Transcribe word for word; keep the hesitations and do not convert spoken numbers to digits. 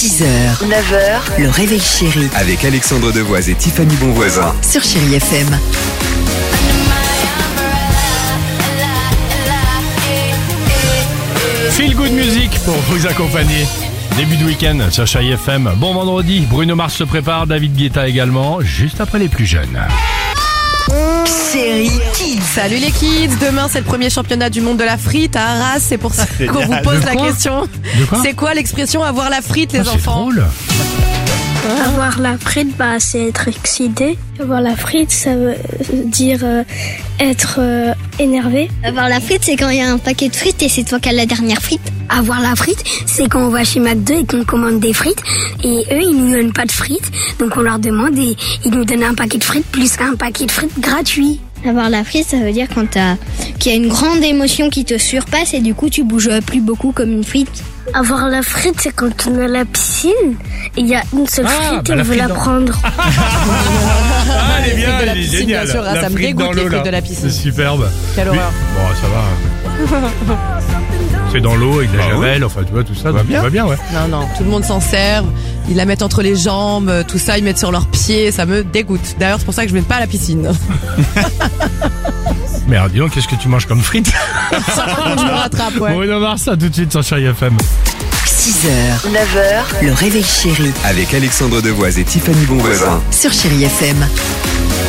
six heures, neuf heures, le réveil chéri Avec Alexandre Devoise et Tiffany Bonvoisin. sur Chéri F M. Feel Good Music pour vous accompagner. Début de week-end sur Chéri F M. Bon vendredi, Bruno Mars se prépare, David Guetta également, juste après les plus jeunes. Chéri Kids. Salut les kids, demain c'est le premier championnat du monde de la frite à Arras, c'est pour ça qu'on vous pose De la quoi question. De quoi C'est quoi l'expression avoir la frite les Ah, c'est enfants? drôle. Avoir la frite, bah, c'est être excité. Avoir la frite, ça veut dire euh, être euh, énervé. Avoir la frite, c'est quand il y a un paquet de frites et c'est toi qui as la dernière frite. Avoir la frite, c'est quand on va chez McDo et qu'on commande des frites et eux, ils nous donnent pas de frites. Donc on leur demande et ils nous donnent un paquet de frites plus un paquet de frites gratuit. Avoir la frite, ça veut dire quand t'as qu'il y a une grande émotion qui te surpasse et du coup tu bouges plus beaucoup comme une frite. Avoir la frite, c'est quand on est à la piscine et il y a une seule Ah, frite bah, et la on veut frite la dans- prendre. Ah, elle est les bien, frites de la elle est piscine, géniale. bien sûr, ah, La ça me frite dégoûte, dans les l'eau, frites là. de la piscine. C'est superbe. Quelle Oui. horreur. Bon, ça va. C'est dans l'eau avec de la Bah oui. javel, enfin tu vois tout ça, va donc bien. ça va bien, ouais. Non, non, tout le monde s'en sert, ils la mettent entre les jambes, tout ça, ils mettent sur leurs pieds, ça me dégoûte. D'ailleurs, c'est pour ça que je ne vais pas à la piscine. Mais alors, dis donc, qu'est-ce que tu manges comme frites? Je me rattrape, ouais. Bruno Mars, ça tout de suite sur Chéri F M. six heures, neuf heures, le réveil chéri Avec Alexandre Devoise et Tiffany Bonvoisin. sur Chéri F M.